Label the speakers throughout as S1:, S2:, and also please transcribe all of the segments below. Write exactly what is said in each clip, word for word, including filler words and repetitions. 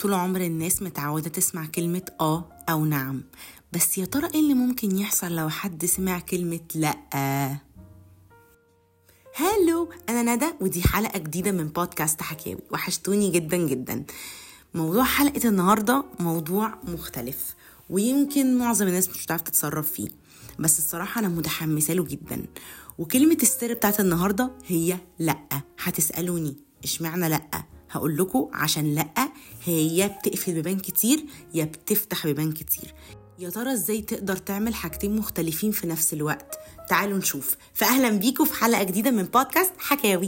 S1: طول عمر الناس متعودة تسمع كلمة آه أو نعم، بس يا ترى إيه اللي ممكن يحصل لو حد سمع كلمة لأ؟ هالو، أنا ندى ودي حلقة جديدة من بودكاست حكاوي. وحشتوني جدا جدا. موضوع حلقة النهاردة موضوع مختلف ويمكن معظم الناس مش هتعرف تتصرف فيه، بس الصراحة أنا متحمسة له جدا. وكلمة السر بتاعت النهاردة هي لأ. هتسألوني اشمعنى لأ؟ هقول لكم عشان لأ هي بتقفل بيبان كتير يا بتفتح بيبان كتير. يا ترى ازاي تقدر تعمل حاجتين مختلفين في نفس الوقت؟ تعالوا نشوف. فأهلا بيكم في حلقة جديدة من بودكاست حكاوي.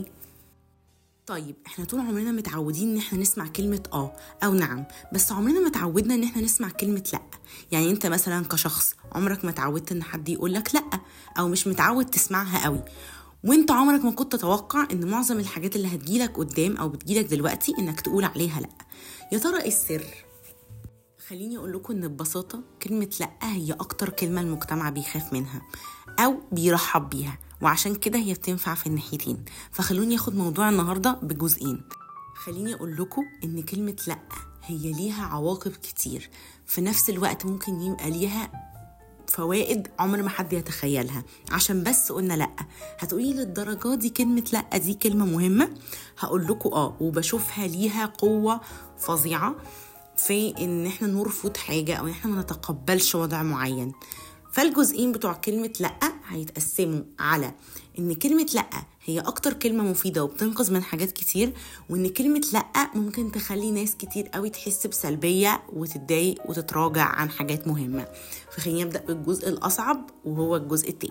S1: طيب احنا طول عمرنا متعودين ان احنا نسمع كلمة اه او نعم، بس عمرنا ما تعودنا ان احنا نسمع كلمة لا. يعني انت مثلا كشخص عمرك ما تعودت ان حد يقولك لا، او مش متعود تسمعها قوي، وانت عمرك ما كنت تتوقع ان معظم الحاجات اللي هتجيلك قدام او بتجيلك دلوقتي انك تقول عليها لا. يا ترى ايه السر؟ خليني اقول لكم ان ببساطة كلمة لا هي اكتر كلمة المجتمع بيخاف منها او بيرحب بيها، وعشان كده هي بتنفع في الناحيتين. فخلوني ياخد موضوع النهاردة بجزئين. خليني اقول لكم ان كلمة لا هي ليها عواقب كتير، في نفس الوقت ممكن يبقى ليها فوائد عمر ما حد يتخيلها. عشان بس قلنا لا، هتقولي للدرجة دي كلمة لا دي كلمة مهمة؟ هقول لكم اه، وبشوفها ليها قوة فظيعة في ان احنا نرفض حاجة او ان احنا ما نتقبلش وضع معين. فالجزئين بتوع كلمة لأ هيتقسموا على إن كلمة لأ هي أكتر كلمة مفيدة وبتنقذ من حاجات كتير، وإن كلمة لأ ممكن تخلي ناس كتير قوي تحس بسلبية وتتضايق وتتراجع عن حاجات مهمة. فخليني أبدأ بالجزء الأصعب وهو الجزء التاني.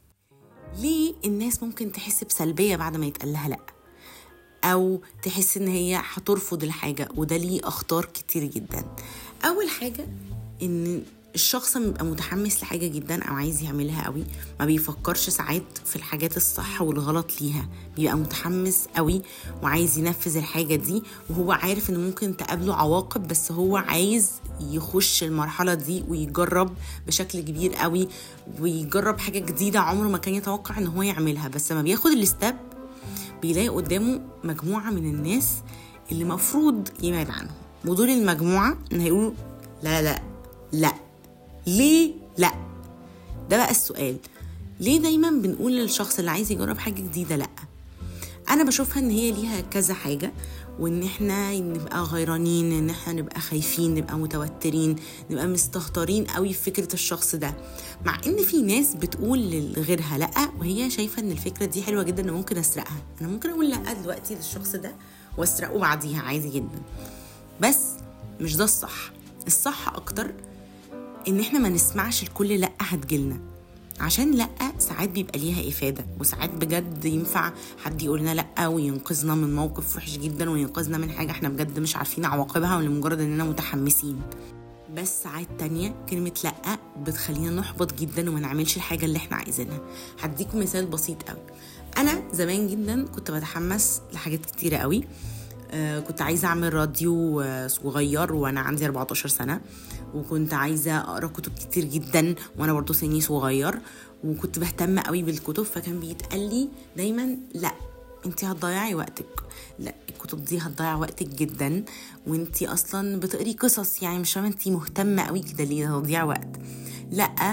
S1: ليه الناس ممكن تحس بسلبية بعد ما يتقال لها لأ، أو تحس إن هي هترفض الحاجة؟ وده ليه أخطار كتير جدا. أول حاجة إن الشخص بيبقى متحمس لحاجة جدا أو عايز يعملها قوي، ما بيفكرش ساعات في الحاجات الصح والغلط ليها، بيبقى متحمس قوي وعايز ينفذ الحاجة دي وهو عارف إنه ممكن تقابله عواقب، بس هو عايز يخش المرحلة دي ويجرب بشكل كبير قوي ويجرب حاجة جديدة عمره ما كان يتوقع إنه هو يعملها. بس ما بياخد الاستاب بيلاقي قدامه مجموعة من الناس اللي مفروض يبعد عنهم، ودول المجموعة إن هيقولوا لا لا لا. ليه لا؟ ده بقى السؤال. ليه دايما بنقول للشخص اللي عايز يجرب حاجة جديدة لا؟ انا بشوفها ان هي ليها كذا حاجة، وان احنا نبقى غيرانين، ان احنا نبقى خايفين، نبقى متوترين، نبقى مستهترين قوي في فكرة الشخص ده. مع ان في ناس بتقول لغيرها لا وهي شايفة ان الفكرة دي حلوة جدا وممكن اسرقها. انا ممكن اقول لا دلوقتي للشخص ده واسرقه بعديها عادي جدا، بس مش ده الصح. الصح اكتر ان احنا ما نسمعش الكل لا هتجيلنا، عشان لا ساعات بيبقى ليها افاده، وساعات بجد ينفع حد يقولنا لا وينقذنا من موقف وحش جدا وينقذنا من حاجه احنا بجد مش عارفين عواقبها ولمجرد اننا متحمسين. بس ساعات تانية كلمه لا بتخلينا نحبط جدا وما نعملش الحاجه اللي احنا عايزينها. هديكم مثال بسيط قوي. انا زمان جدا كنت بتحمس لحاجات كتيره قوي. آه كنت عايزة أعمل راديو آه صغير وأنا عندي أربعتاشر سنة، وكنت عايزة أقرأ كتب كتير جدا وأنا برضو سني صغير، وكنت بهتم قوي بالكتب. فكان بيتقال لي دايما لا انتي هتضيعي وقتك، لا الكتب دي هتضيع وقتك جدا، وانتي أصلا بتقري قصص، يعني مش فاهمة انتي مهتمة قوي كده ليه هتضيع وقت. لا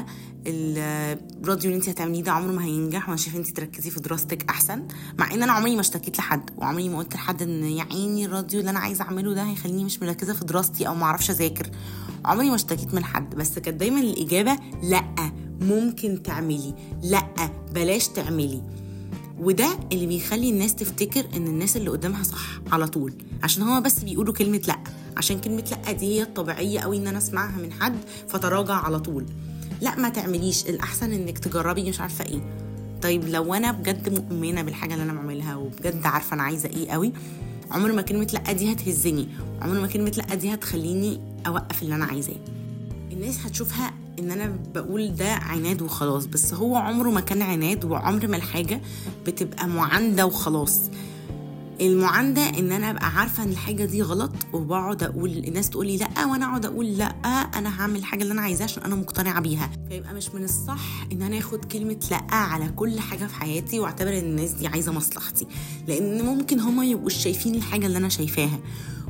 S1: الراديو اللي انت هتعمليه ده عمره ما هينجح، وانا شايفه انت تركزي في دراستك احسن. مع ان انا عمري ما اشتكيت لحد وعمري ما قلت لحد ان يا عيني الراديو اللي انا عايزه اعمله ده هيخليني مش مركزه في دراستي او ما اعرفش اذاكر. عمري ما اشتكيت من حد، بس كانت دايما الاجابه لا ممكن تعملي، لا بلاش تعملي. وده اللي بيخلي الناس تفتكر ان الناس اللي قدامها صح على طول، عشان هو بس بيقولوا كلمه لا. عشان كلمه لا دي هي الطبيعيه قوي ان انا اسمعها من حد فتراجع على طول. لا ما تعمليش، الأحسن إنك تجربي مش عارفة إيه. طيب لو أنا بجد مؤمنة بالحاجة اللي أنا بعملها وبجد عارفة أنا عايزة إيه قوي، عمر ما كلمة لأ دي هتهزني، عمر ما كلمة لأ دي هتخليني أوقف اللي أنا عايزاه. الناس هتشوفها إن أنا بقول ده عناد وخلاص، بس هو عمره ما كان عناد، وعمر ما الحاجة بتبقى معاندة وخلاص. المعاندة ان انا ابقى عارفة ان الحاجة دي غلط وبقعد اقول، الناس تقولي لا وانا اقعد اقول لا انا هعمل الحاجة اللي انا عايزاها عشان انا مقتنعة بيها. فيبقى مش من الصح ان انا اخد كلمة لا على كل حاجة في حياتي واعتبر ان الناس دي عايزة مصلحتي، لان ممكن هما يبقوا شايفين الحاجة اللي انا شايفاها،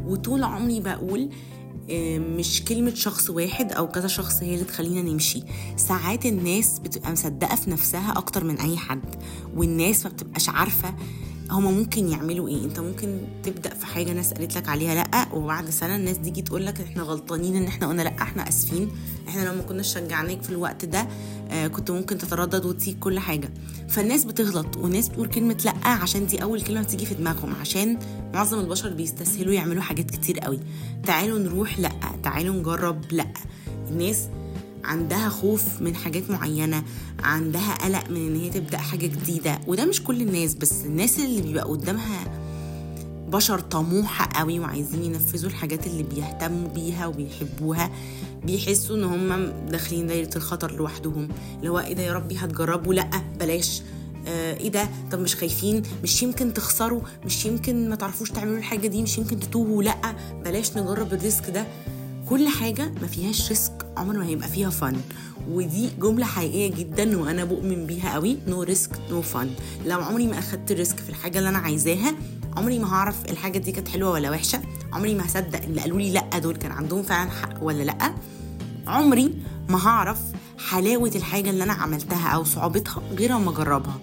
S1: وطول عمري بقول مش كلمة شخص واحد أو كذا شخص هي اللي تخلينا نمشي. ساعات الناس بتبقى مصدقة في نفسها أكتر من أي حد، والناس ما بتبقاش عارفة هما ممكن يعملوا ايه. انت ممكن تبدأ في حاجة ناس قالت لك عليها لأ، وبعد سنة الناس دي تقول لك احنا غلطانين ان احنا قلنا لأ، احنا اسفين، احنا لو ما كناش شجعناك في الوقت ده آه كنت ممكن تتردد وتسيب كل حاجة. فالناس بتغلط والناس بتقول كلمة لأ عشان دي اول كلمة بتيجي في دماغهم، عشان معظم البشر بيستسهلوا يعملوا حاجات كتير قوي. تعالوا نروح لأ، تعالوا نجرب لأ. الناس عندها خوف من حاجات معينة، عندها قلق من ان هي تبدأ حاجة جديدة، وده مش كل الناس، بس الناس اللي بيبقى قدامها بشر طموحة قوي وعايزين ينفذوا الحاجات اللي بيهتموا بيها وبيحبوها، بيحسوا ان هم داخلين دايرة الخطر لوحدهم. اللي هو ايه ده يا ربي هتجربوا؟ لأ بلاش. آه ايه ده؟ طب مش خايفين؟ مش يمكن تخسروا؟ مش يمكن ما تعرفوش تعملوا الحاجة دي؟ مش يمكن تتوهوا؟ لأ بلاش نجرب الريسك ده. كل حاجة ما فيهاش ريسك عمر ما هيبقى فيها فن، ودي جملة حقيقية جدا وانا بؤمن بيها قوي. نو ريسك نو فن. لو عمري ما اخدت الريسك في الحاجة اللي انا عايزاها، عمري ما هعرف الحاجة دي كانت حلوة ولا وحشة، عمري ما هصدق اللي قالوا لي لا دول كان عندهم فعلا حق ولا لا، عمري ما هعرف حلاوة الحاجة اللي انا عملتها او صعوبتها غير ما اجربها.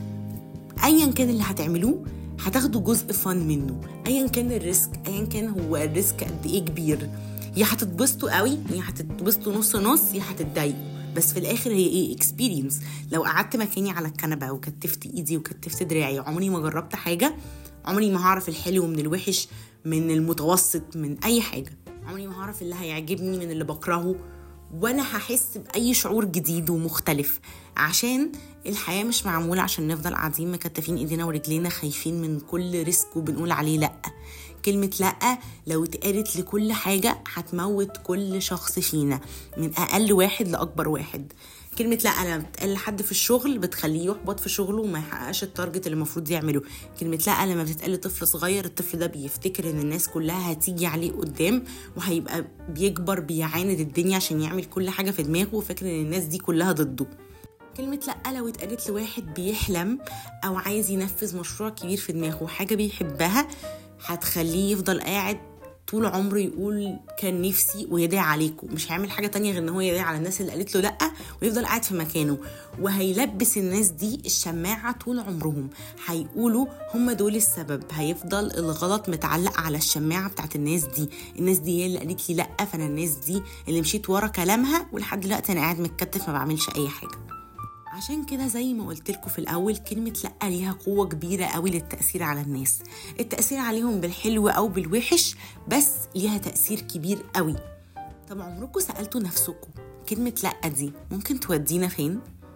S1: ايا كان اللي هتعملوه هتاخدوا جزء فن منه، ايا كان الريسك، ايا كان هو الريسك قد ايه كبير. يا هتتبسطوا قوي يا هتتبسطوا نص نص يا هتتضايقوا، بس في الاخر هي ايه؟ اكسبيرينس. لو قعدت مكاني على الكنبه وكتفت ايدي وكتفت دراعي عمري ما جربت حاجه، عمري ما هعرف الحلو من الوحش، من المتوسط، من اي حاجه. عمري ما هعرف اللي هيعجبني من اللي بكرهه، ولا هحس باي شعور جديد ومختلف. عشان الحياه مش معموله عشان نفضل قاعدين مكتفين ايدينا ورجلينا خايفين من كل ريسك وبنقول عليه لا. كلمة لأ لو اتقالت لكل حاجة هتموت كل شخص فينا، من أقل واحد لأكبر واحد. كلمة لأ لما بتقال لحد في الشغل بتخليه يحبط في شغله وما يحققش التارجت اللي المفروض يعمله. كلمة لأ لما بتتقال لطفل صغير، الطفل ده بيفتكر ان الناس كلها هتيجي عليه قدام وهيبقى بيكبر بيعاند الدنيا عشان يعمل كل حاجة في دماغه وفاكر ان الناس دي كلها ضده. كلمة لأ لو اتقالت لواحد بيحلم أو عايز ينفذ مشروع كبير في دماغه وحاجة بيحبها، هتخليه يفضل قاعد طول عمره يقول كان نفسي ويدعي عليكم. مش هيعمل حاجة تانية غير ان هو يدعي على الناس اللي قالت له لأ ويفضل قاعد في مكانه، وهيلبس الناس دي الشماعة طول عمرهم. هيقولوا هم دول السبب، هيفضل الغلط متعلق على الشماعة بتاعت الناس دي. الناس دي هي اللي قالت لي لأ، فانا الناس دي اللي مشيت ورا كلامها ولحد دلوقتي انا قاعد متكتف ما بعملش اي حاجة. عشان كده زي ما قلت لكم في الأول، كلمة لأ ليها قوة كبيرة قوي للتأثير على الناس، التأثير عليهم بالحلو أو بالوحش، بس ليها تأثير كبير قوي. طب عمركم سألتوا نفسكم كلمة لأ دي ممكن تودينا فين؟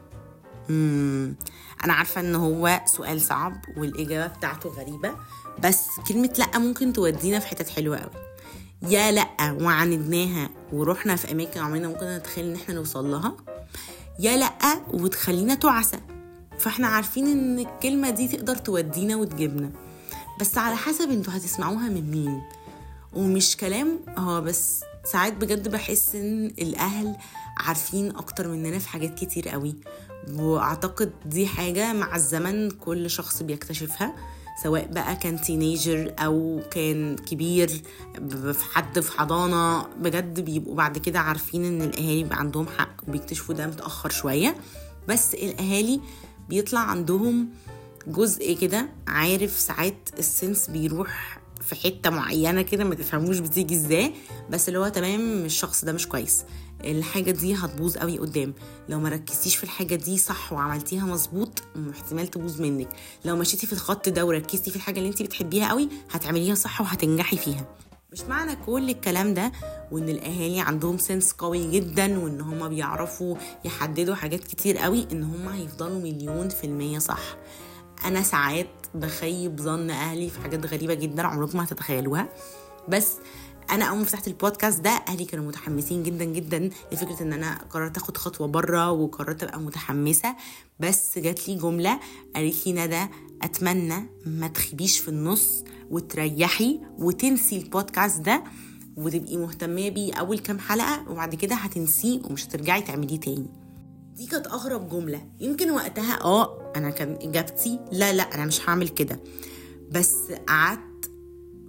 S1: مم. أنا عارفة إن هو سؤال صعب والإجابة بتاعته غريبة، بس كلمة لأ ممكن تودينا في حتت حلوة قوي. يا لأ وعندناها ورحنا في أماكن عمرنا ممكن نتخيل إن احنا نوصل لها، يا لأ وتخلينا تعسى. فاحنا عارفين ان الكلمة دي تقدر تودينا وتجيبنا، بس على حسب انتوا هتسمعوها من مين. ومش كلام هو بس، ساعات بجد بحس ان الاهل عارفين اكتر مننا في حاجات كتير قوي، واعتقد دي حاجة مع الزمن كل شخص بيكتشفها، سواء بقى كان تينيجر او كان كبير في حد في حضانة. بجد بيبقوا بعد كده عارفين ان الاهالي بقى عندهم حق، وبيكتشفوا ده متأخر شوية. بس الاهالي بيطلع عندهم جزء كده، عارف ساعات السنس بيروح في حتة معينة كده ما تفهموش بتيجي ازاي، بس اللي هو تمام الشخص ده مش كويس، الحاجة دي هتبوظ قوي قدام، لو ما ركزتيش في الحاجة دي صح وعملتيها مظبوط احتمال تبوظ منك، لو مشيتي في الخط ده وركزتي في الحاجة اللي انت بتحبيها قوي هتعمليها صح وهتنجحي فيها. مش معنى كل الكلام ده وان الاهالي عندهم سنس قوي جدا وان هم بيعرفوا يحددوا حاجات كتير قوي ان هم هيفضلوا مليون في المية صح. انا ساعات بخيب ظن اهلي في حاجات غريبة جدا عمركم ما هتتخيلوها، بس انا اول ما فتحت البودكاست ده اهلي كانوا متحمسين جدا جدا لفكره ان انا قررت اخد خطوه بره وقررت ابقى متحمسه. بس جات لي جمله قالت لي ندى اتمنى ما تخيبيش في النص وتريحي وتنسي البودكاست ده وتبقي مهتمه بيه اول كام حلقه وبعد كده هتنسيه ومش هترجعي تعمليه تاني. دي كانت اغرب جمله. يمكن وقتها اه انا كان اجابتي لا لا انا مش هعمل كده، بس قعدت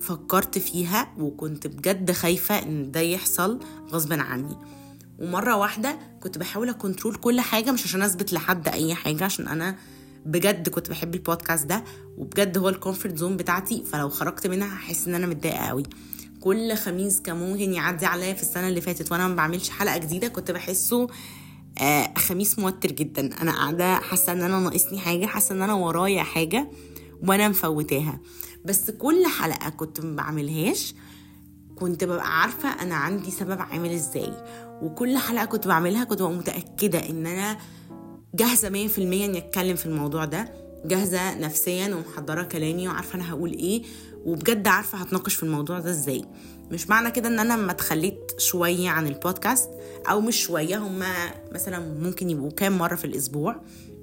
S1: فكرت فيها وكنت بجد خايفة ان ده يحصل غصبا عني. ومرة واحدة كنت بحاول اكنترول كل حاجة، مش عشان اثبت لحد اي حاجة، عشان انا بجد كنت بحب البودكاست ده وبجد هو الكومفورت زون بتاعتي، فلو خرجت منها هحس ان انا متضايقة قوي. كل خميس كان ممكن يعدي عليا في السنة اللي فاتت وانا ما بعملش حلقة جديدة كنت بحسه آه خميس موتر جدا. انا قاعدة حاسة ان انا ناقصني حاجة، حاسة ان انا ورايا حاجة وانا مفوتاها. بس كل حلقة كنت ما بعملهاش كنت ببقى عارفة انا عندي سبب عامل ازاي، وكل حلقة كنت بعملها كنت ببقى متأكدة ان انا جاهزة مية في المية اني اتكلم في الموضوع ده، جاهزة نفسيا ومحضرة كلامي وعارفة انا هقول ايه، وبجد عارفة هتناقش في الموضوع ده ازاي. مش معنى كده ان انا ما اتخليت شوية عن البودكاست، او مش شوية، هما مثلا ممكن يبقوا كام مرة في الاسبوع،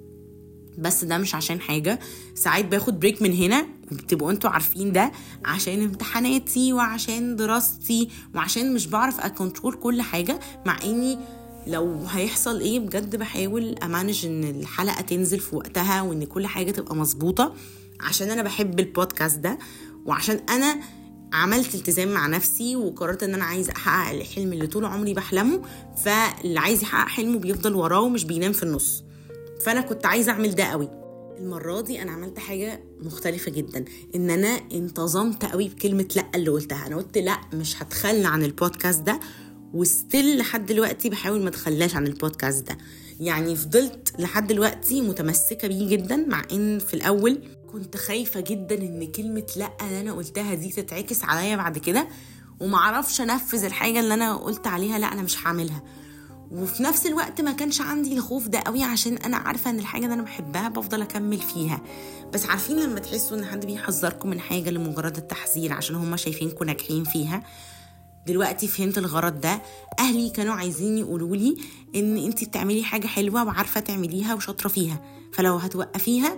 S1: بس ده مش عشان حاجة. ساعات باخد بريك من هنا وبتبقوا انتوا عارفين ده عشان امتحاناتي وعشان دراستي وعشان مش بعرف اكونترول كل حاجة، مع اني لو هيحصل ايه بجد بحاول امانج ان الحلقة تنزل في وقتها وان كل حاجة تبقى مظبوطة، عشان انا بحب البودكاست ده وعشان انا عملت التزام مع نفسي وقررت ان انا عايز احقق الحلم اللي طول عمري بحلمه. فاللي عايز يحقق حلمه بيفضل وراه ومش بينام في النص، فانا كنت عايزه اعمل ده قوي. المره دي انا عملت حاجه مختلفه جدا، ان انا انتظمت قوي بكلمه لا اللي قلتها. انا قلت لا مش هتخلى عن البودكاست ده، وستيل لحد دلوقتي بحاول ما اتخلاش عن البودكاست ده. يعني فضلت لحد دلوقتي متمسكه بيه جدا، مع ان في الاول كنت خايفه جدا ان كلمه لا اللي انا قلتها دي تتعكس عليا بعد كده ومعرفش انفذ الحاجه اللي انا قلت عليها لا انا مش هعملها. وفي نفس الوقت ما كانش عندي الخوف ده قوي، عشان انا عارفه ان الحاجه اللي انا بحبها بفضل اكمل فيها. بس عارفين لما تحسوا ان حد بيحذركم من حاجه لمجرد التحذير عشان هم شايفينكم ناجحين فيها؟ دلوقتي فهمت الغرض ده. اهلي كانوا عايزين يقولوا لي ان انتي بتعملي حاجه حلوه وعارفه تعمليها وشاطره فيها، فلو هتوقفيها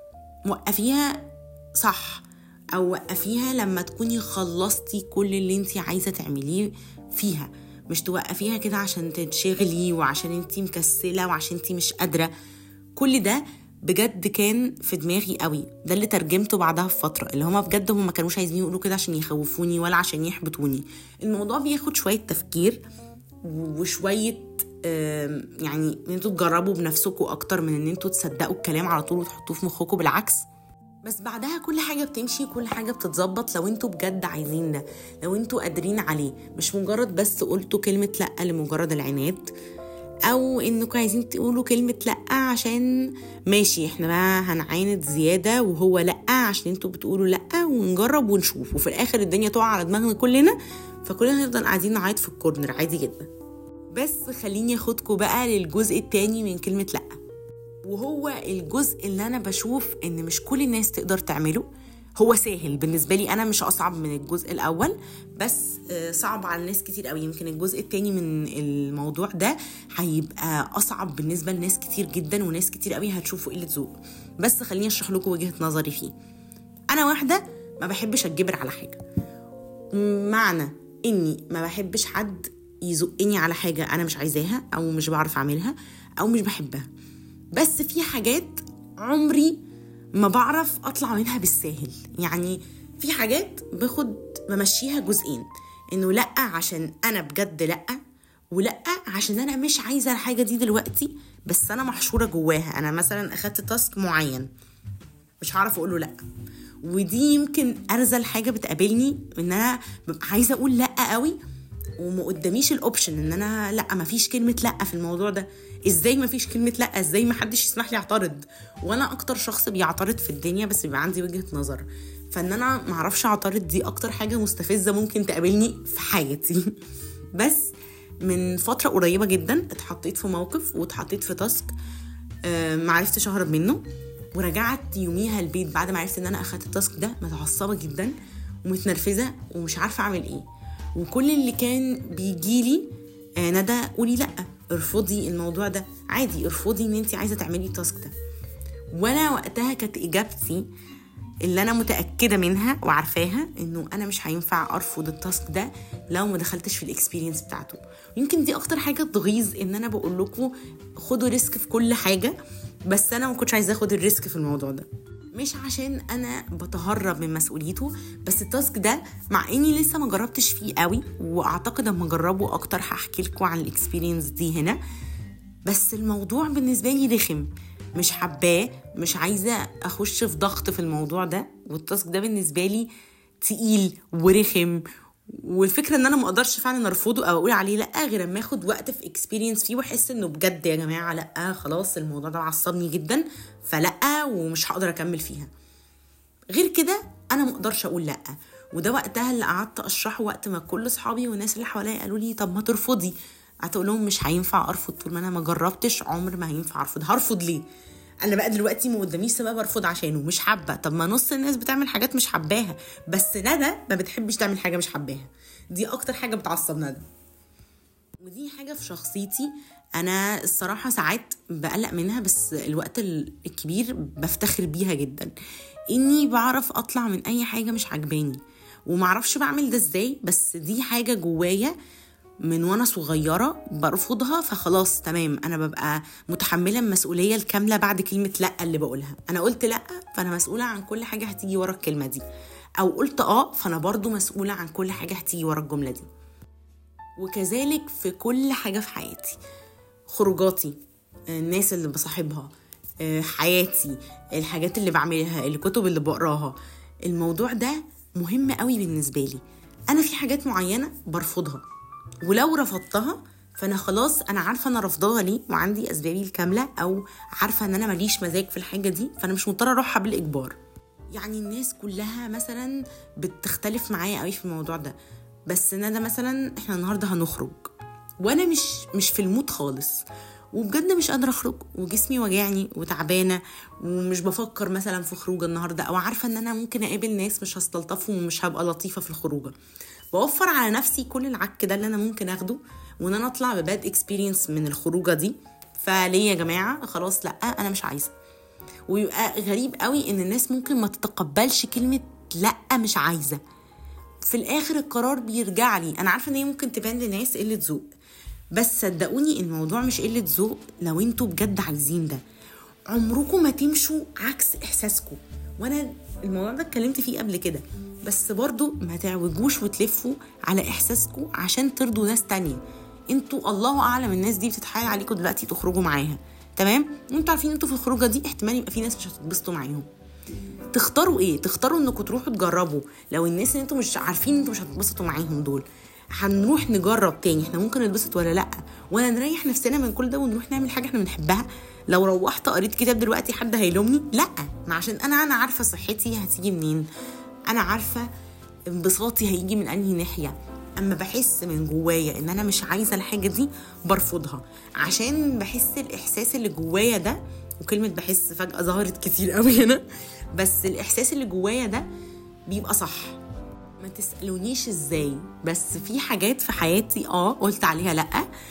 S1: وقفيها صح، او وقفيها لما تكوني خلصتي كل اللي انتي عايزه تعمليه فيها، مش توقفيها كده عشان تنشغلي وعشان انتي مكسلة وعشان انتي مش قادرة. كل ده بجد كان في دماغي قوي. ده اللي ترجمته بعدها في فترة، اللي هما بجد هما ما كانوش عايزين يقولوا كده عشان يخوفوني ولا عشان يحبطوني. الموضوع بياخد شوية تفكير وشوية يعني ان انتوا تجربوا بنفسكوا اكتر من ان انتوا تصدقوا الكلام على طول وتحطوه في مخكوا بالعكس. بس بعدها كل حاجة بتمشي، كل حاجة بتتظبط لو انتوا بجد عايزين ده، لو انتوا قادرين عليه، مش مجرد بس قلتوا كلمة لأ لمجرد العناد، او انكم عايزين تقولوا كلمة لأ عشان ماشي احنا بقى هنعاند زيادة وهو لأ عشان انتوا بتقولوا لأ ونجرب ونشوف، وفي الاخر الدنيا تقع على دماغنا كلنا، فكلنا هنفضل قاعدين نعيط في الكورنر عادي جدا. بس خليني اخدكم بقى للجزء التاني من كلمة لأ، وهو الجزء اللي أنا بشوف إن مش كل الناس تقدر تعمله. هو سهل بالنسبة لي أنا، مش أصعب من الجزء الأول، بس صعب على الناس كتير قوي. يمكن الجزء التاني من الموضوع ده هيبقى أصعب بالنسبة لناس كتير جدا، وناس كتير قوي هتشوفوا قلة ذوق. بس خليني أشرح لكم وجهة نظري فيه. أنا واحدة ما بحبش أتجبر على حاجة، معنى إني ما بحبش حد يزقني على حاجة أنا مش عايزاها أو مش بعرف أعملها أو مش بحبها. بس في حاجات عمري ما بعرف أطلع منها بالساهل. يعني في حاجات باخد بمشيها جزئين، إنه لأ عشان أنا بجد لأ، ولأ عشان أنا مش عايزة الحاجة دي دلوقتي بس أنا محشورة جواها. أنا مثلا أخدت تاسك معين مش هعرف أقوله لأ، ودي يمكن أرزل حاجة بتقابلني، إن أنا ببقى عايزة أقول لأ قوي وما قداميش الأوبشن إن أنا لأ، ما فيش كلمة لأ في الموضوع ده. ازاي ما فيش كلمة لأ؟ ازاي ما حدش يسمح لي اعترض؟ وانا اكتر شخص بيعترض في الدنيا، بس بيبقى عندي وجهة نظر، فان انا معرفش اعترض دي اكتر حاجة مستفزة ممكن تقابلني في حياتي. بس من فترة قريبة جدا اتحطيت في موقف واتحطيت في تاسك معرفتش اهرب منه، ورجعت يوميها البيت بعد ما عرفت ان انا اخدت التاسك ده متعصبة جدا ومتنرفزة ومش عارفة اعمل ايه. وكل اللي كان بيجيلي ندى قولي لأ، ارفضي الموضوع ده عادي، ارفضي ان انتي عايزة تعملي التاسك ده. وانا وقتها كانت اجابتي اللي انا متأكدة منها وعارفاها انه انا مش هينفع ارفض التاسك ده لو ما دخلتش في الاكسبيرينس بتاعته. يمكن دي اكتر حاجة تغيظ، ان انا بقول لكم خدوا ريسك في كل حاجة، بس انا ما كنتش عايزة اخد الريسك في الموضوع ده. مش عشان انا بتهرب من مسؤوليته، بس التاسك ده مع اني لسه ما جربتش فيه قوي، واعتقد اما اجربه اكتر هحكي لكم عن الاكسبيرينس دي هنا. بس الموضوع بالنسبه لي رخم، مش حباه، مش عايزه اخش في ضغط في الموضوع ده، والتاسك ده بالنسبه لي تقيل ورخم. والفكره ان انا ما اقدرش فعلا ارفضه او اقول عليه لا غير اما اخد وقت في اكسبيرينس فيه واحس انه بجد يا جماعه لا خلاص الموضوع ده عصبني جدا فلا ومش هقدر اكمل فيها. غير كده انا ما اقدرش اقول لا. وده وقتها اللي قعدت اشرحه وقت ما كل اصحابي والناس اللي حواليا قالوا لي طب ما ترفضي. قعدت اقول لهم مش هينفع ارفض، طول ما انا ما جربتش عمر ما هينفع ارفض. هرفض ليه؟ انا بقى دلوقتي ما قداميش سبب ارفض عشانه، مش حابه. طب ما نص الناس بتعمل حاجات مش حباها، بس ندى ما بتحبش تعمل حاجه مش حباها. دي اكتر حاجه بتعصب ندى، ودي حاجه في شخصيتي انا الصراحه ساعات بقلق منها، بس الوقت الكبير بفتخر بيها جدا اني بعرف اطلع من اي حاجه مش عجباني. ومعرفش بعمل ده ازاي، بس دي حاجه جوايا من وانا صغيرة برفضها، فخلاص تمام انا ببقى متحملة المسؤولية الكاملة بعد كلمة لا اللي بقولها. انا قلت لا فانا مسؤولة عن كل حاجة هتيجي ورا الكلمة دي، او قلت اه فانا برضو مسؤولة عن كل حاجة هتيجي ورا الجملة دي. وكذلك في كل حاجة في حياتي، خروجاتي، الناس اللي بصاحبها، حياتي، الحاجات اللي بعملها، الكتب اللي بقراها. الموضوع ده مهم قوي بالنسبة لي. انا في حاجات معينة برفضها، ولو رفضتها فانا خلاص انا عارفه انا رفضها ليه وعندي اسبابي الكامله، او عارفه ان انا ماليش مزاج في الحاجه دي، فانا مش مضطره اروحها بالاجبار. يعني الناس كلها مثلا بتختلف معايا قوي في الموضوع ده، بس ندى مثلا احنا النهارده هنخرج وانا مش مش في المود خالص، وبجد مش قادره اخرج وجسمي وجعني وتعبانه ومش بفكر مثلا في خروج النهارده، او عارفه ان انا ممكن اقابل ناس مش هستلطفهم ومش هبقى لطيفه في الخروجه. بوفر على نفسي كل العك ده اللي انا ممكن اخده وان انا اطلع بباد اكسبيرينس من الخروجه دي. فليه يا جماعه خلاص لا انا مش عايزه. ويبقى غريب قوي ان الناس ممكن ما تتقبلش كلمه لا مش عايزه. في الاخر القرار بيرجع لي. انا عارفه ان هي ممكن تبان لناس قله ذوق، بس صدقوني الموضوع مش قله ذوق لو انتوا بجد عايزين ده. عمركم ما تمشوا عكس احساسكم، وانا الموضوع ده اتكلمت فيه قبل كده، بس برضو ما تعوجوش وتلفوا على احساسكم عشان ترضوا ناس تانية. انتوا الله اعلم الناس دي بتتحايل عليكم دلوقتي تخرجوا معاها، تمام؟ وانتوا عارفين انتوا في الخروجه دي احتمال يبقى في ناس مش هتتبسطوا معاهم. تختاروا ايه؟ تختاروا انكم تروحوا تجربوا لو الناس اللي انتوا مش عارفين انتوا مش هتتبسطوا معاهم دول هنروح نجرب تاني احنا ممكن نتبسط ولا لا، ولا نريح نفسنا من كل ده ونروح نعمل حاجه احنا بنحبها. لو روحت قريت كتاب دلوقتي حد هيلومني؟ لا، ما عشان انا انا عارفه صحتي هتيجي منين، انا عارفه انبساطي هيجي من انهي ناحيه. اما بحس من جوايا ان انا مش عايزه الحاجه دي برفضها، عشان بحس الاحساس اللي جوايا ده. وكلمه بحس فجاه ظهرت كتير قوي هنا، بس الاحساس اللي جوايا ده بيبقى صح. ما تسالونيش ازاي، بس في حاجات في حياتي اه قلت عليها لا،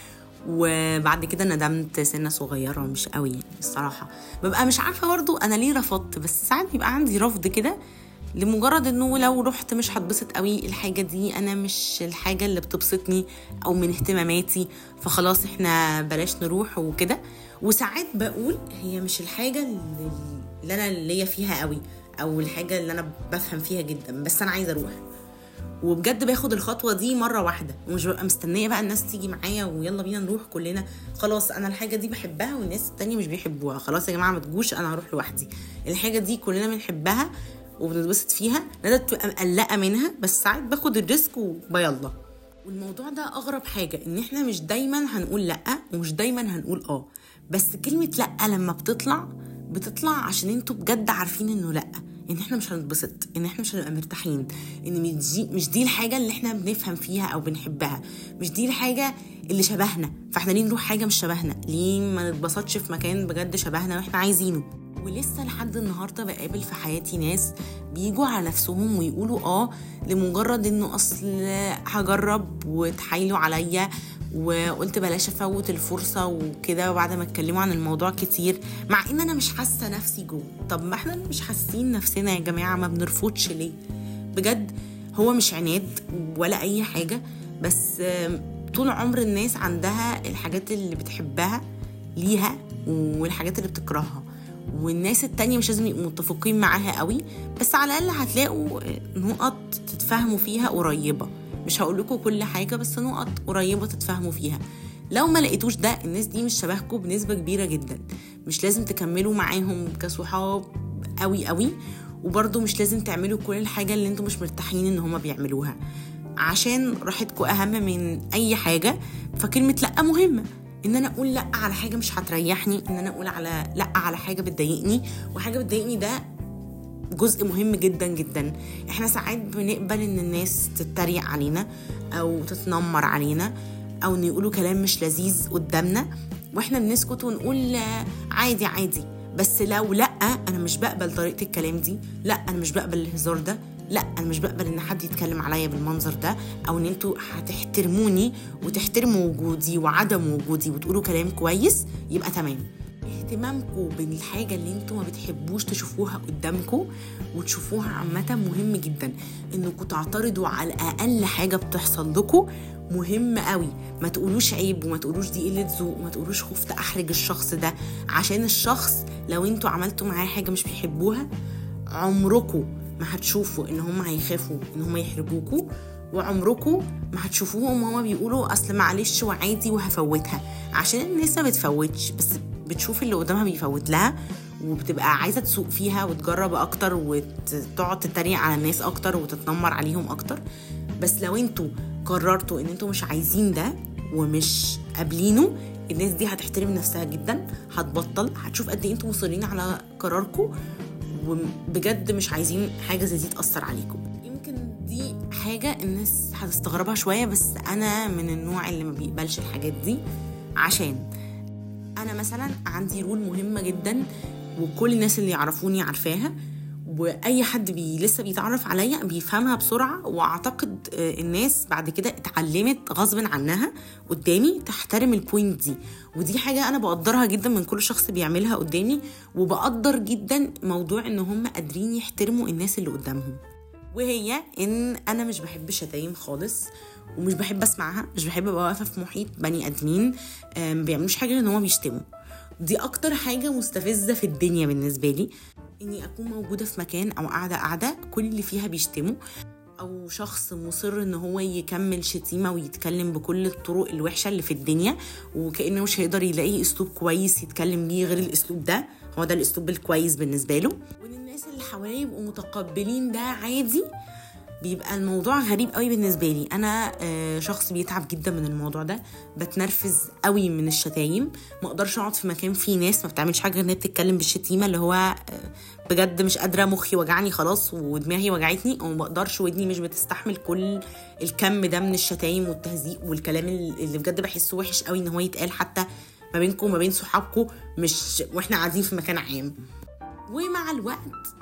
S1: وبعد كده ندمت سنه صغيره مش قوي يعني الصراحه. ببقى مش عارفه برضو انا ليه رفضت، بس ساعات بيبقى عندي رفض كده لمجرد انه لو رحت مش هتبسط قوي، الحاجه دي انا مش الحاجه اللي بتبسطني او من اهتماماتي، فخلاص احنا بلاش نروح وكده. وساعات بقول هي مش الحاجه اللي انا ليا فيها قوي او الحاجه اللي انا بفهم فيها جدا، بس انا عايزه اروح. وبجد باخد الخطوه دي مره واحده، ومش ببقى مستنيه بقى الناس تيجي معايا ويلا بينا نروح كلنا. خلاص انا الحاجه دي بحبها والناس التانية مش بيحبوها، خلاص يا جماعه ما تجوش انا هروح لوحدي. الحاجه دي كلنا بنحبها وبنتبسط فيها، ندى تبقى مقلقه منها، بس ساعات باخد الريسك وبيلا. والموضوع ده اغرب حاجه ان احنا مش دايما هنقول لا ومش دايما هنقول اه، بس كلمه لا لما بتطلع بتطلع عشان انتوا بجد عارفين انه لا، ان احنا مش هنتبسط، ان احنا مش هنبقى مرتاحين، ان مش دي, مش دي الحاجه اللي احنا بنفهم فيها او بنحبها، مش دي الحاجه اللي شبهنا. فاحنا ليه نروح حاجه مش شبهنا؟ ليه ما نتبسطش في مكان بجد شبهنا واحنا عايزينه؟ ولسه لحد النهارده بقابل في حياتي ناس بيجوا على نفسهم ويقولوا اه لمجرد انه اصل هجرب وتحايلوا عليا وقلت بلاش افوت الفرصه وكده، وبعد ما اتكلموا عن الموضوع كتير، مع ان انا مش حاسه نفسي جوه. طب ما احنا مش حاسين نفسنا يا جماعه، ما بنرفضش ليه؟ بجد هو مش عناد ولا اي حاجه، بس طول عمر الناس عندها الحاجات اللي بتحبها ليها والحاجات اللي بتكرهها، والناس التانية مش لازم يبقوا متفقين معاها قوي، بس على الأقل هتلاقوا نقط تتفاهموا فيها قريبة. مش هقولكوا كل حاجة، بس نقط قريبة تتفاهموا فيها. لو ما لقيتوش ده، الناس دي مش شبهكوا بنسبة كبيرة جدا. مش لازم تكملوا معاهم كصحاب قوي قوي، وبرضو مش لازم تعملوا كل الحاجة اللي انتوا مش مرتاحين ان هما بيعملوها، عشان راحتكوا اهم من اي حاجة. فكلمة لأ مهمة، ان انا اقول لأ على حاجة مش هتريحني، ان انا اقول على لأ على حاجة بتضايقني، وحاجة بتضايقني ده جزء مهم جدا جدا. احنا ساعات بنقبل ان الناس تتريق علينا او تتنمر علينا او ان يقولوا كلام مش لذيذ قدامنا، واحنا بنسكت ونقول عادي عادي. بس لو لأ انا مش بقبل طريقة الكلام دي، لأ انا مش بقبل الهزار ده، لأ انا مش بقبل ان حد يتكلم عليا بالمنظر ده، او ان انتوا هتحترموني وتحترموا وجودي وعدم وجودي وتقولوا كلام كويس، يبقى تمام. اهتمامكم بالحاجة اللي انتوا ما بتحبوش تشوفوها قدامكم وتشوفوها عامة مهم جدا. انكم تعترضوا على اقل حاجة بتحصل لكم مهم قوي. ما تقولوش عيب، وما تقولوش دي قلة ذوق، وما تقولوش خفت احرج الشخص ده، عشان الشخص لو انتوا عملتوا معاه حاجة مش بيحبوها عمركم ما هتشوفوا ان هم هيخافوا ان هم يحرجوكوا، وعمركم ما هتشوفوهم وهما بيقولوا اصل معلش وعادي وهفوتها. عشان الناس ما بتفوتش، بس بتشوف اللي قدامها بيفوت لها، وبتبقى عايزة تسوق فيها وتجرب اكتر وتقعد تتريق على الناس اكتر وتتنمر عليهم اكتر. بس لو انتوا قررتوا ان انتوا مش عايزين ده ومش قابلينه، الناس دي هتحترم نفسها جدا، هتبطل، هتشوف قد ايه انتوا مصرين على قراركم وبجد مش عايزين حاجة زي دي تأثر عليكم. يمكن دي حاجة الناس هتستغربها شوية، بس انا من النوع اللي ما بيقبلش الحاجات دي. عشان انا مثلا عندي رول مهمة جدا، وكل الناس اللي يعرفوني عارفاها، واي حد بي لسه بيتعرف عليا بيفهمها بسرعة. واعتقد الناس بعد كده اتعلمت غصب عنها قدامي تحترم البوينت دي، ودي حاجة انا بقدرها جدا من كل شخص بيعملها قدامي. وبقدر جدا موضوع ان هم قادرين يحترموا الناس اللي قدامهم، وهي ان انا مش بحب الشتايم خالص، ومش بحب اسمعها. مش بحب ابقى واقفه في محيط بني ادمين ما بيعملوش حاجه ان هم بيشتموا. دي اكتر حاجه مستفزه في الدنيا بالنسبه لي، اني اكون موجوده في مكان او قاعده قاعده كل اللي فيها بيشتموا، او شخص مصر ان هو يكمل شتيمه ويتكلم بكل الطرق الوحشه اللي في الدنيا، وكانه مش هيقدر يلاقي اسلوب كويس يتكلم بيه غير الاسلوب ده، هو ده الاسلوب الكويس بالنسبه له. وان الناس اللي حواليه يبقوا متقبلين ده عادي، بيبقى الموضوع غريب قوي بالنسبه لي. انا شخص بيتعب جدا من الموضوع ده، بتنرفز قوي من الشتايم. ما اقدرش اقعد في مكان فيه ناس ما بتعملش حاجه غير انها بتتكلم بالشتيمه، اللي هو بجد مش قادره، مخي وجعني خلاص ودماغي وجعتني، وما بقدرش، ودني مش بتستحمل كل الكم ده من الشتايم والتهزيق والكلام اللي بجد بحسه وحش قوي ان هو يتقال حتى ما بينكم وما بين صحابكم، مش واحنا قاعدين في مكان عام. ومع الوقت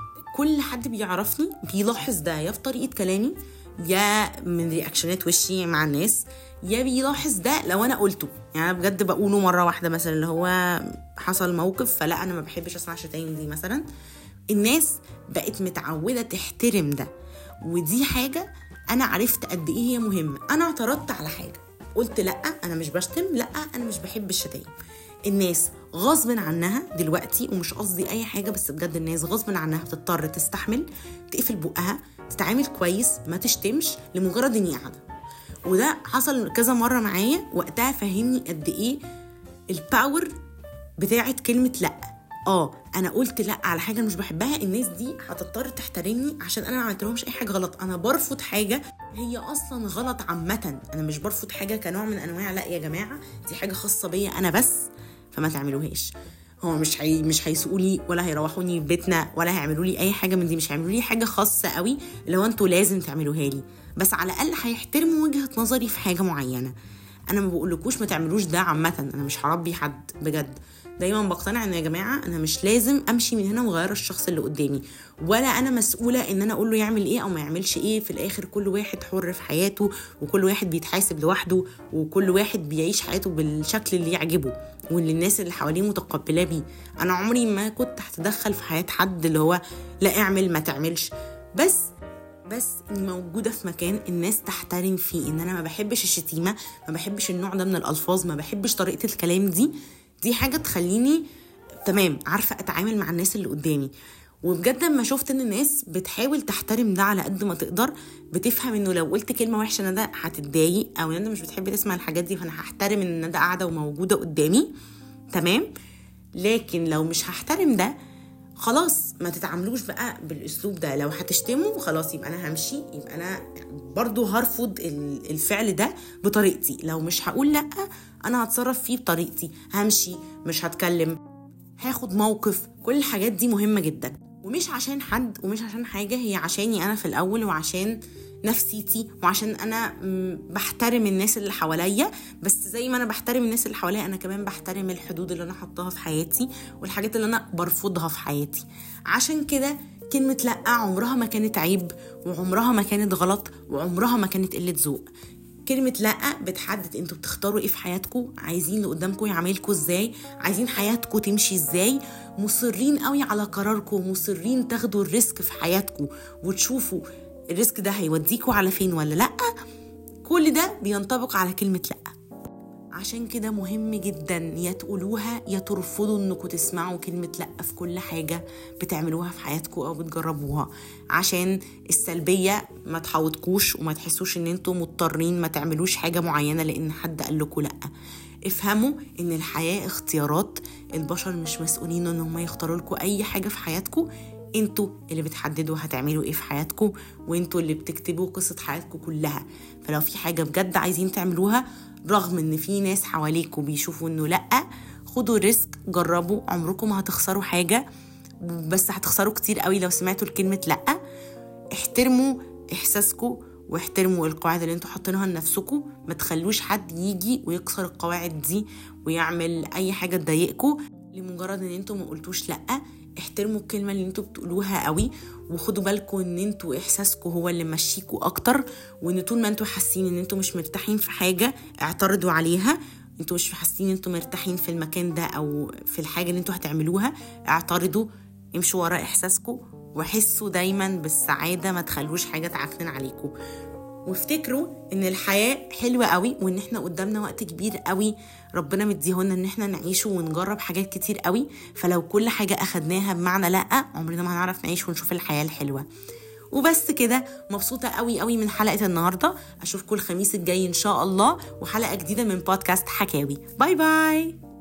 S1: كل حد بيعرفني بيلاحظ ده، يا في طريقة كلامي، يا من رياكشنات وشي مع الناس، يا بيلاحظ ده لو انا قلته. يعني انا بجد بقوله مرة واحدة مثلا، اللي هو حصل موقف فلا انا ما بحبش اسمع شتايم دي مثلا، الناس بقت متعودة تحترم ده. ودي حاجة انا عرفت قد ايه هي مهمة. انا اعترضت على حاجة، قلت لا انا مش بشتم، لا انا مش بحب الشتايم. الناس غصب عنها دلوقتي، ومش قصدي اي حاجة، بس بجد الناس غصب عنها بتضطر تستحمل، تقفل بقها، تتعامل كويس، ما تشتمش لمجرد اني قاعدة. وده حصل كذا مرة معايا، وقتها فهمني قد ايه الباور بتاعت كلمة لا. اه انا قلت لا على حاجة مش بحبها، الناس دي هتضطر تحترمني عشان انا ما عملتلهمش اي حاجة غلط. انا برفض حاجة هي اصلا غلط عامة، انا مش برفض حاجة كنوع من انواع لا يا جماعة دي حاجة خاصة بيا انا بس، فما تعملوهاش. هو مش هي مش هيسوقوا لي ولا هيروحوني بيتنا ولا هيعملوا لي اي حاجه من دي، مش هيعملوا لي حاجه خاصه قوي اللي هو انتوا لازم تعملوها لي، بس على الاقل هيحترموا وجهه نظري في حاجه معينه. انا ما بقولكوش ما تعملوش ده عامه، انا مش هربي حد بجد. دايما بقتنع ان يا جماعه انا مش لازم امشي من هنا وغير الشخص اللي قدامي، ولا انا مسؤوله ان انا اقول له يعمل ايه او ما يعملش ايه. في الاخر كل واحد حر في حياته، وكل واحد بيتحاسب لوحده، وكل واحد بيعيش حياته بالشكل اللي يعجبه واللي الناس اللي حواليه متقبله بيه. انا عمري ما كنت هتدخل في حياه حد اللي هو لا اعمل ما تعملش، بس بس اني موجوده في مكان الناس تحترم فيه. ان انا ما بحبش الشتيمه، ما بحبش النوع ده من الالفاظ، ما بحبش طريقه الكلام دي. دي حاجه تخليني تمام، عارفة اتعامل مع الناس اللي قدامي. وبجد لما شفت ان الناس بتحاول تحترم ده على قد ما تقدر، بتفهم انه لو قلت كلمة وحشة ندى هتتضايق، او ندى مش بتحب تسمع الحاجات دي، فانا هحترم ان ندى قاعدة وموجودة قدامي. تمام. لكن لو مش هحترم ده، خلاص ما تتعاملوش بقى بالاسلوب ده. لو هتشتموا خلاص يبقى انا همشي، يبقى انا برضو هرفض الفعل ده بطريقتي. لو مش هقول لا، انا هتصرف فيه بطريقتي، همشي، مش هتكلم، هاخد موقف. كل الحاجات دي مهمة جدا، ومش عشان حد ومش عشان حاجة، هي عشاني انا في الاول، وعشان نفسيتي، وعشان انا بحترم الناس اللي حواليا. بس زي ما انا بحترم الناس اللي حواليا، انا كمان بحترم الحدود اللي انا حطاها في حياتي، والحاجات اللي انا برفضها في حياتي. عشان كده كلمة لأ عمرها ما كانت عيب، وعمرها ما كانت غلط، وعمرها ما كانت قلة ذوق. كلمة لأ بتحدد انتوا بتختاروا ايه في حياتكم، عايزين اللي قدامكم يعاملكم ازاي، عايزين حياتكم تمشي ازاي، مصرين قوي على قراركم، مصرين تاخدوا الريسك في حياتكم وتشوفوا الريسك ده هيوديكوا على فين ولا لأ. كل ده بينطبق على كلمة لأ. عشان كده مهم جدا يا تقولوها يا ترفضوا انكم تسمعوا كلمة لأ في كل حاجة بتعملوها في حياتكم او بتجربوها، عشان السلبية ما تحوطكوش وما تحسوش ان انتم مضطرين ما تعملوش حاجة معينة لان حد قال لكم لأ. افهموا ان الحياة اختيارات، البشر مش مسؤولين ان هم يختاروا لكم اي حاجة في حياتكم. انتوا اللي بتحددوا هتعملوا ايه في حياتكم، وانتوا اللي بتكتبوا قصة حياتكم كلها. فلو في حاجة بجد عايزين تعملوها، رغم ان في ناس حواليكم بيشوفوا انه لأ، خدوا ريسك، جربوا، عمركم هتخسروا حاجة، بس هتخسروا كتير قوي لو سمعتوا الكلمة لأ. احترموا احساسكم، واحترموا القواعد اللي انتوا حاطينها لنفسكم. ما تخلوش حد يجي ويكسر القواعد دي ويعمل اي حاجة تضايقكم لمجرد ان انتوا ما قلتوش لأ. احترموا الكلمة اللي انتوا بتقولوها قوي، وخدوا بالكم ان انتوا احساسكم هو اللي مشيكوا اكتر، وان طول ما انتوا حاسين ان انتوا مش مرتاحين في حاجة اعترضوا عليها. انتوا مش حاسين ان انتوا مرتاحين في المكان ده او في الحاجة اللي انتوا هتعملوها، اعترضوا، امشوا ورا احساسكم، وحسوا دايما بالسعادة، ما تخلوش حاجة تعكنن عليكم. وافتكروا ان الحياة حلوة قوي، وان احنا قدامنا وقت كبير قوي ربنا مديهولنا ان احنا نعيشه ونجرب حاجات كتير قوي. فلو كل حاجة اخدناها بمعنى لأ، عمرنا ما هنعرف نعيش ونشوف الحياة الحلوة. وبس كده، مبسوطة قوي قوي من حلقة النهاردة. اشوفكم الخميس الجاي ان شاء الله، وحلقة جديدة من بودكاست حكاوي. باي باي.